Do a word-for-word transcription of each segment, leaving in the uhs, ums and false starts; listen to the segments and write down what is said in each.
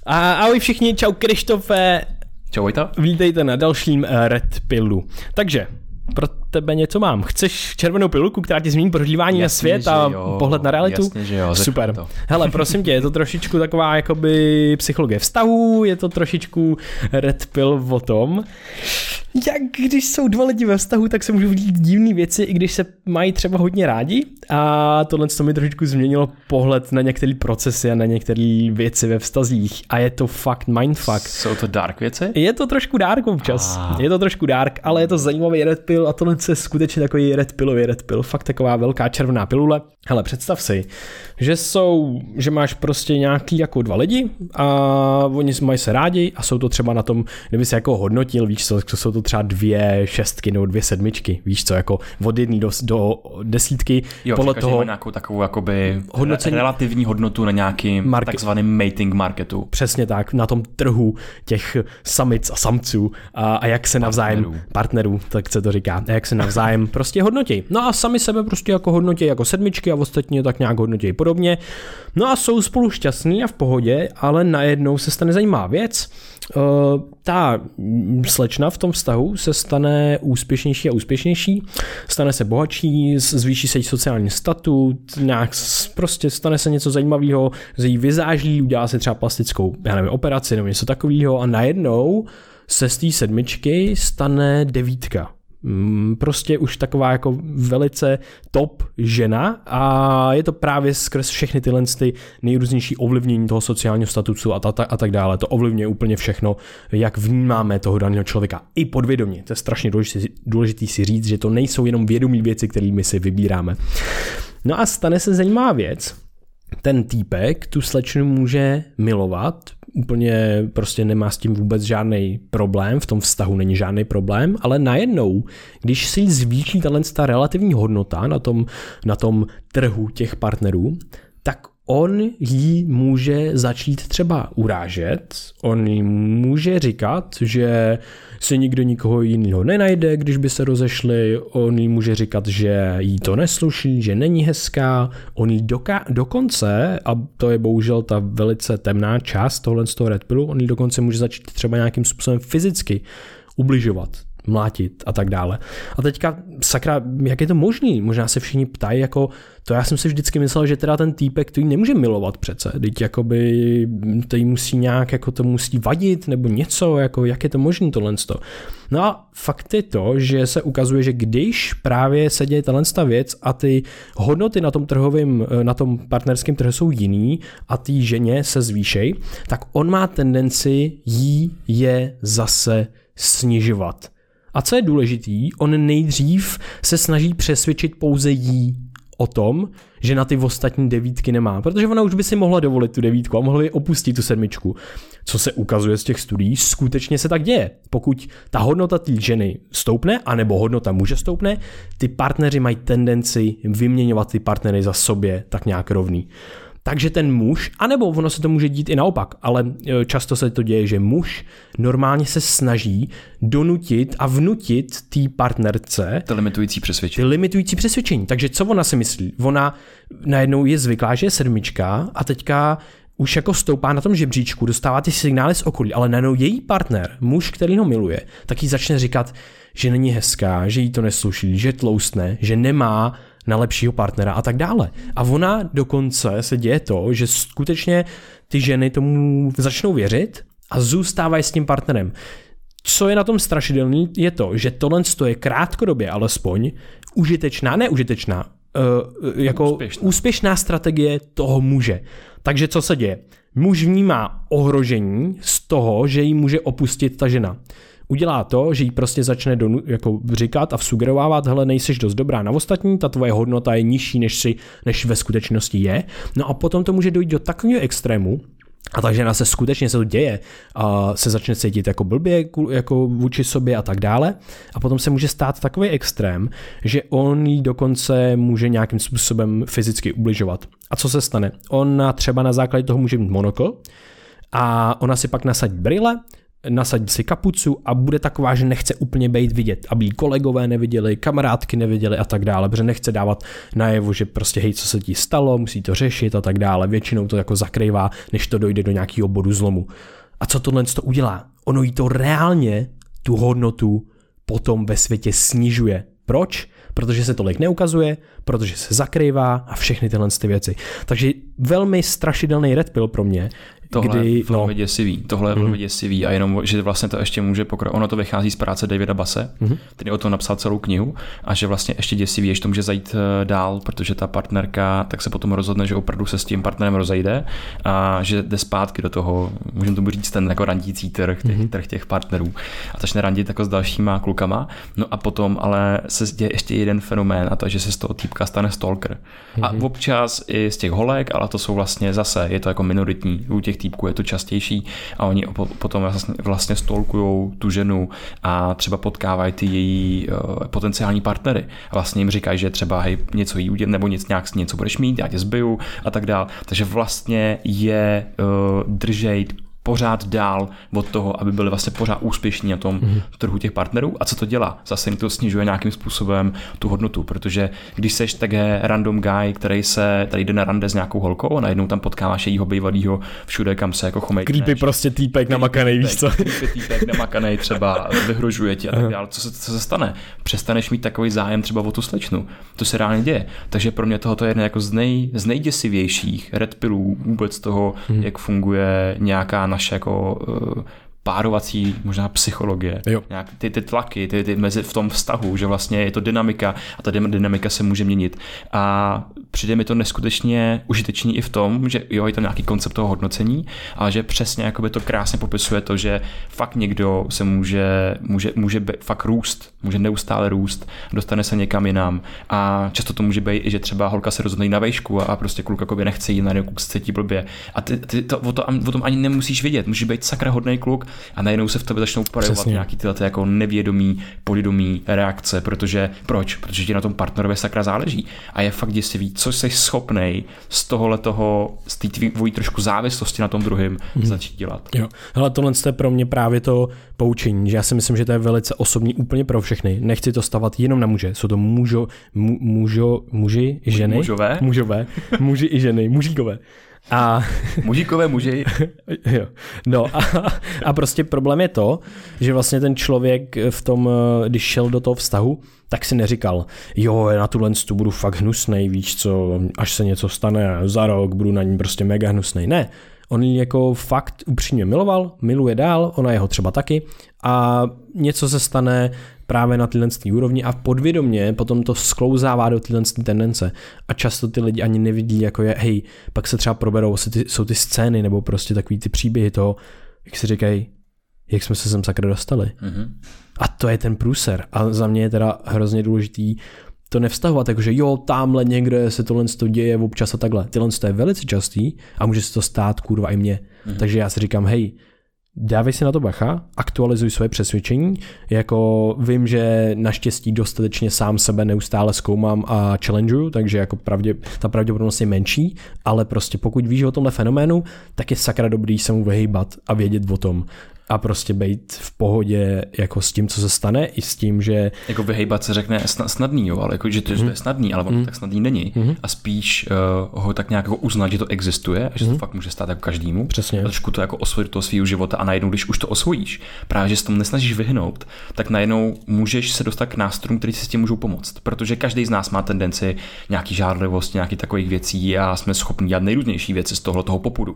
A ahoj všichni, čau Krištofe. Čau Vojta. Vítejte na dalším Red Pillu. Takže, pro tebe něco mám. Chceš červenou pilulku, která ti změní prožívání na svět a jo, pohled na realitu? Jasně, že jo. Super. To. Hele, prosím tě, je to trošičku taková jakoby psychologie vztahů, je to trošičku Red Pill o tom, jak když jsou dva lidi ve vztahu, tak se můžou dít divné věci, i když se mají třeba hodně rádi. A tohle to mi trošičku změnilo pohled na některé procesy a na některé věci ve vztazích. A je to fakt mindfuck. Jsou to dark věci? Je to trošku dark občas. Ah. Je to trošku dark, ale je to zajímavý Red Pill a tohle je skutečně takový Red Pillový Red Pill. Fakt taková velká červená pilule. Hele, představ si, že jsou, že máš prostě nějaký jako dva lidi a oni mají se rádi a jsou to třeba na tom, kdyby se jako hodnotil, víš co, jsou to třeba dvě šestky nebo dvě sedmičky, víš co, jako od jedné do, do desítky. Jo, podle toho má nějakou takovou jakoby hodnocení, relativní hodnotu na nějakým market, takzvaným mating marketu. Přesně tak, na tom trhu těch samic a samců a, a jak se navzájem, partnerů. partnerů, tak se to říká, a jak se navzájem prostě hodnotí. No a sami sebe prostě jako hodnotí jako sedmičky a ostatně tak nějak hodnotí podobně. No a jsou spolu šťastní a v pohodě, ale najednou se stane zajímavá věc. Uh, ta slečna v tom vztahu se stane úspěšnější a úspěšnější, stane se bohatší, zvýší se jí sociální statut, nějak prostě stane se něco zajímavého, z jí vyzáží, udělá se třeba plastickou, já nevím, operaci nebo něco takového a najednou se z té sedmičky stane devítka. Prostě už taková jako velice top žena a je to právě skrz všechny tyhle ty nejrůznější ovlivnění toho sociálního statusu a, ta, a tak dále. To ovlivňuje úplně všechno, jak vnímáme toho daného člověka. I podvědomě. To je strašně důležitý, důležitý si říct, že to nejsou jenom vědomí věci, kterými si vybíráme. No a stane se zajímavá věc. Ten týpek tu slečnu může milovat, úplně prostě nemá s tím vůbec žádný problém, v tom vztahu není žádný problém, ale najednou, když si zvýší ta relativní hodnota na tom, na tom trhu těch partnerů, tak on jí může začít třeba urážet, on jí může říkat, že si nikdo nikoho jiného nenajde, když by se rozešli, on jí může říkat, že jí to nesluší, že není hezká, on jí doka- dokonce, a to je bohužel ta velice temná část tohle z toho Red Pillu, on jí dokonce může začít třeba nějakým způsobem fyzicky ubližovat, mlátit a tak dále. A teďka, sakra, jak je to možný? Možná se všichni ptají, jako, to já jsem si vždycky myslel, že teda ten týpek to jí nemůže milovat přece, teď jakoby to jí musí nějak, jako to musí vadit, nebo něco, jako, jak je to možný tohle. No a fakt je to, že se ukazuje, že když právě se děje tato věc a ty hodnoty na tom trhovém, na tom partnerském trhu jsou jiný a ty ženě se zvýšej, tak on má tendenci jí je zase snižovat. A co je důležitý, on nejdřív se snaží přesvědčit pouze jí o tom, že na ty ostatní devítky nemá, protože ona už by si mohla dovolit tu devítku a mohla by opustit tu sedmičku. Co se ukazuje z těch studií, skutečně se tak děje. Pokud ta hodnota té ženy stoupne, anebo hodnota muže stoupne, ty partneři mají tendenci vyměňovat ty partnery za sobě tak nějak rovný. Takže ten muž, anebo ono se to může dít i naopak, ale často se to děje, že muž normálně se snaží donutit a vnutit té partnerce ty limitující přesvědčení. Ty limitující přesvědčení. Takže co ona si myslí? Ona najednou je zvyklá, že je sedmička a teďka už jako stoupá na tom žebříčku, dostává ty signály z okolí, ale najednou její partner, muž, který ho miluje, tak jí začne říkat, že není hezká, že jí to nesluší, že tloustne, že nemá na lepšího partnera a tak dále. A ona dokonce se děje to, že skutečně ty ženy tomu začnou věřit a zůstávají s tím partnerem. Co je na tom strašidelný, je to, že tohle je krátkodobě alespoň užitečná, ne užitečná, uh, jako úspěšná. úspěšná strategie toho muže. Takže co se děje? Muž vnímá ohrožení z toho, že jí může opustit ta žena. Udělá to, že jí prostě začne do, jako říkat a vsugerovávat, hele, nejsiš dost dobrá na ostatní, ta tvoje hodnota je nižší, než, si, než ve skutečnosti je. No a potom to může dojít do takového extrému, a ta žena se skutečně se to děje a se začne cítit jako blbě jako vůči sobě a tak dále. A potom se může stát takový extrém, že on jí dokonce může nějakým způsobem fyzicky ubližovat. A co se stane? On třeba na základě toho může mít monokl a ona si pak nasadí brýle, nasadit si kapucu a bude taková, že nechce úplně být vidět, aby jí kolegové neviděli, kamarádky neviděli a tak dále, protože nechce dávat najevo, že prostě hej, co se ti stalo, musí to řešit a tak dále. Většinou to jako zakrývá, než to dojde do nějakého bodu zlomu. A co tohle to udělá? Ono jí to reálně tu hodnotu potom ve světě snižuje. Proč? Protože se tolik neukazuje, protože se zakrývá a všechny tyhle ty věci. Takže velmi strašidelný red pill pro mě. Tohle kdy, je velmi no. děsivý, tohle je velmi mm-hmm. děsivý a jenom, že vlastně to ještě může pokračovat. Ono to vychází z práce Davida Basse, mm-hmm. který o tom napsal celou knihu a že vlastně ještě děsivý, ještě to může zajít dál, protože ta partnerka tak se potom rozhodne, že opravdu se s tím partnerem rozejde a že jde zpátky do toho, můžeme tomu říct, ten jako randící trh těch, mm-hmm. trh těch partnerů a začne randit jako s dalšíma klukama. No a potom ale se děje ještě jeden fenomén a to, že se z toho týpka stane stalker. Mm-hmm. A občas i z těch holek, ale to jsou vlastně zase, je to jako minoritní u těch týpků je to častější a oni potom vlastně, vlastně stalkujou tu ženu a třeba potkávají ty její uh, potenciální partnery a vlastně jim říkají, že třeba hej, něco jí udělat nebo něco, nějak něco budeš mít, já tě zbiju a tak dál. Takže vlastně je uh, držej pořád dál od toho, aby byli vlastně pořád úspěšní na tom mm. trhu těch partnerů. A co to dělá? Zase jim to snižuje nějakým způsobem tu hodnotu, protože když seš tak je random guy, který se tady jde na rande s nějakou holkou a najednou tam potkáváš jejího bývalýho všude, kam se jako chomejtneš. Creepy prostě týpek namakanej, víš co? Creepy týpek namakanej třeba, vyhrožuje ti a tak dále. Co se, co se stane? Přestaneš mít takový zájem třeba o tu slečnu. To se reálně děje. Takže pro mě tohoto je jeden jako z, nej, z nejděsivějších red pillů vůbec toho, mm. jak funguje nějaká naše jako uh, párovací možná psychologie, nějak ty, ty tlaky, ty, ty mezi v tom vztahu, že vlastně je to dynamika a ta dynamika se může měnit. A přijde mi to neskutečně užitečný i v tom, že jo, je to nějaký koncept toho hodnocení, ale že přesně jakoby to krásně popisuje to, že fakt někdo se může, může, může být, fakt růst, může neustále růst, dostane se někam jinam a často to může být i, že třeba holka se rozhodne na vejšku a prostě kluk jakoby nechce jít, najednou kluk se cítí blbě a ty, ty to, o, to, o tom ani nemusíš vědět, může být sakra hodnej kluk a najednou se v tobě začnou projevovat nějaký tyhle ty jako nevědomí, podvědomí reakce, protože proč? Protože ti na tom partnerovi sakra záleží a je fakt děsivý, co jsi schopnej z tohohle toho, z té tvojí trošku závislosti na tom druhém hmm. začít dělat. Jo. Hele, tohle je pro mě právě to poučení, že já si myslím, že to je velice osobní úplně pro všechny. Nechci to stavat jenom na muže, jsou to mužo, mu, mužo, muži, ženy, mužové, mužové, muži i ženy, mužíkové. A mužíkové muži. Jo. No a, a prostě problém je to, že vlastně ten člověk v tom, když šel do toho vztahu, tak si neříkal, jo, na tuhle tu budu fakt hnusnej, víš co, až se něco stane za rok, budu na ní prostě mega hnusnej. Ne, on ji jako fakt upřímně miloval, miluje dál, ona jeho třeba taky a něco se stane právě na tyhle úrovni a podvědomě potom to sklouzává do tyhle tendence a často ty lidi ani nevidí, jako je, hej, pak se třeba proberou, ty, jsou ty scény nebo prostě takový ty příběhy toho, jak si říkají, jak jsme se sem sakra dostali. Mm-hmm. A to je ten průser a za mě je teda hrozně důležitý to nevztahovat, jakože jo, tamhle někde se tohle děje občas a takhle. Tyhle to je velice častý a může se to stát kurva i mně. Mm-hmm. Takže já si říkám, hej, dávej si na to bacha, aktualizuj svoje přesvědčení, jako vím, že naštěstí dostatečně sám sebe neustále zkoumám a challengeuju, takže jako pravdě, ta pravděpodobnost je menší, ale prostě pokud víš o tomhle fenoménu, tak je sakra dobrý se mu vyhejbat a vědět o tom a prostě být v pohodě jako s tím, co se stane, i s tím, že... Jako vyhejbat se řekne snadný, jo, ale jako, že to, mm. je snadný, ale ono mm. tak snadný není. Mm. A spíš uh, ho tak nějak jako uznat, že to existuje a že mm. to fakt může stát jako každému. Přesně. A trošku to jako osvojit do toho svého života a najednou, když už to osvojíš, právě že se tomu nesnažíš vyhnout, tak najednou můžeš se dostat k nástrojům, který si s tím můžou pomoct. Protože každý z nás má tendenci nějaký žádlivost, nějaký takových věcí a jsme schopni dělat nejrůznější věci z tohohle toho popudu.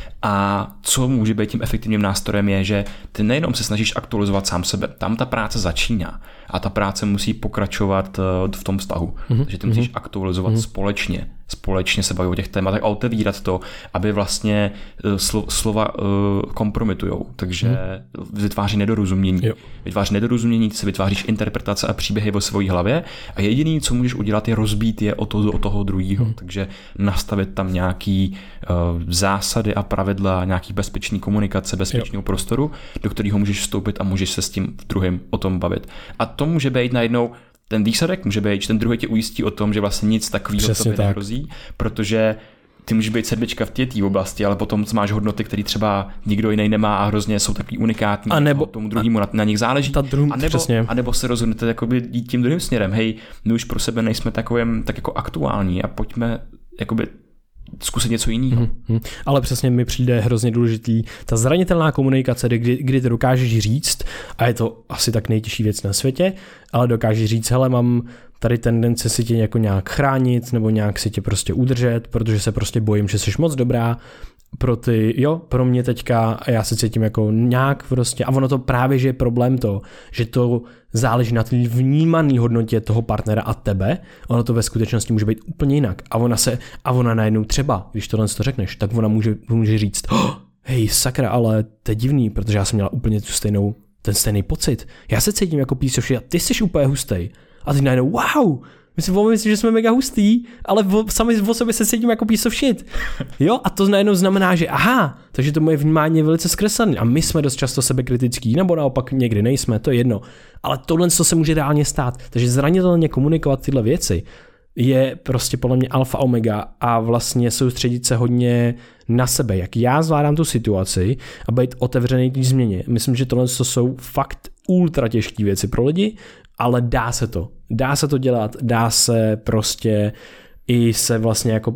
A co může být tím efektivním nástrojem je, že ty nejenom se snažíš aktualizovat sám sebe, tam ta práce začíná a ta práce musí pokračovat v tom vztahu. Mm-hmm. Takže ty musíš mm-hmm. aktualizovat mm-hmm. společně. Společně se baví o těch tématech a otevírat to, aby vlastně slo, slova uh, kompromitujou. Takže mm-hmm. vytváří nedorozumění. Jo. Vytváří nedorozumění, ty si vytváříš interpretace a příběhy ve své hlavě a jediný, co můžeš udělat, je rozbít je o, to, o toho druhého. Mm-hmm. Takže nastavit tam nějaký uh, zásady a pravidla, nějaký bezpečný komunikace, bezpečného prostoru, do kterého můžeš vstoupit a můžeš se s tím druhým o tom bavit. A to může být najednou ten výsledek, může být, že ten druhý tě ujistí o tom, že vlastně nic takového tobě nehrozí, protože ty můžeš být sedmička v té oblasti, ale potom máš hodnoty, které třeba nikdo jiný nemá a hrozně jsou takový unikátní. A nebo tomu druhému na, na nich záleží. Drum, a, nebo, a nebo se rozhodnete jakoby jít tím druhým směrem. Hej, my už pro sebe nejsme takovým tak jako aktuální a pojďme jakoby zkusit něco jiného. Mm-hmm. Ale přesně mi přijde hrozně důležitý ta zranitelná komunikace, kdy, kdy ty dokážeš říct, a je to asi tak nejtěžší věc na světě, ale dokážeš říct, hele, mám tady tendence si tě jako nějak chránit nebo nějak si tě prostě udržet, protože se prostě bojím, že jsi moc dobrá pro ty, jo, pro mě teďka a já se cítím jako nějak prostě a ono to právě, že je problém to, že to záleží na té vnímané hodnotě toho partnera a tebe, ono to ve skutečnosti může být úplně jinak a ona se, a ona najednou třeba, když tohle to řekneš, tak ona může, může říct, oh, hej sakra, ale to je divný, protože já jsem měla úplně tu stejnou, ten stejný pocit, já se cítím jako piece of shit a ty jsi úplně hustej a ty najednou, wow, my si myslím, že jsme mega hustý, ale sami o sobě se cítím jako piece of shit. Jo, a to najednou znamená, že aha, takže to moje vnímání je velice zkreslené a my jsme dost často sebekritický, nebo naopak někdy nejsme, to je jedno. Ale tohle co se může reálně stát. Takže zranitelně komunikovat tyhle věci je prostě podle mě alfa omega a vlastně soustředit se hodně na sebe, jak já zvládám tu situaci a být otevřený k změně. Myslím, že tohle jsou fakt ultra těžké věci pro lidi, ale dá se to. Dá se to dělat, dá se prostě i se vlastně jako,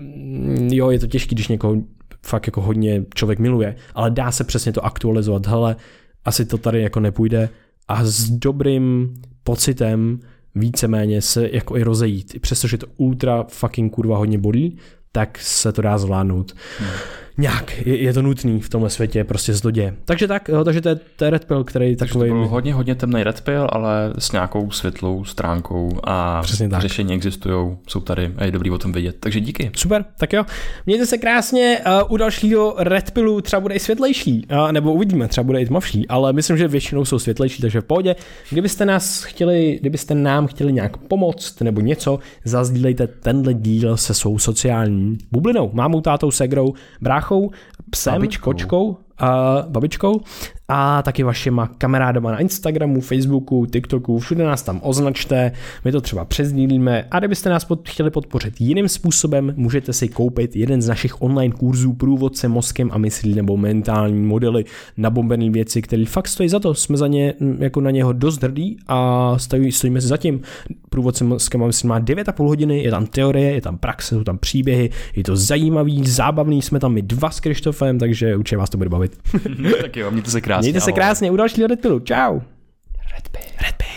jo, je to těžké, když někoho fakt jako hodně člověk miluje, ale dá se přesně to aktualizovat. Hele, asi to tady jako nepůjde a s dobrým pocitem víceméně se jako i rozejít. Přestože to ultra fucking kurva hodně bolí, tak se to dá zvládnout. Hmm. Nějak, je, je to nutný v tomhle světě, prostě z děje. Takže tak, jo, takže to je, to je Red Pill, který takže takový... To byl hodně, hodně temný Red Pill, ale s nějakou světlou stránkou a řešení existují, jsou tady a je dobrý o tom vědět. Takže díky. Super, tak jo. Mějte se krásně, uh, u dalšího Red Pillu třeba bude i světlejší, uh, nebo uvidíme, třeba bude i tmavší, ale myslím, že většinou jsou světlejší, takže v pohodě. Kdybyste nás chtěli, kdybyste nám chtěli nějak pomoct nebo něco, zazdílejte tenhle díl se svou sociální bublinou, mámou, tátou, segrou, bráchou, psem, babičkou. kočkou a babičkou a taky vašima kamarádama na Instagramu, Facebooku, TikToku, všude nás tam označte, my to třeba přesdílíme a kdybyste nás pod, chtěli podpořit jiným způsobem, můžete si koupit jeden z našich online kurzů Průvodce mozkem a myslí nebo mentální modely, nabombený věci, které fakt stojí za to, jsme za ně jako na něho dost hrdí a stojí, stojíme si za tím. Průvodce mozkem a myslí má devět a půl hodiny, je tam teorie, je tam praxe, jsou tam příběhy, je to zajímavý, zábavný, jsme tam my dva s Krištofem, takže určitě vás to bude bavit. Tak jo, mějte se krásně. Mějte se krásně u dalšího Red Pillu. Čau. Red Pill. Red Pill.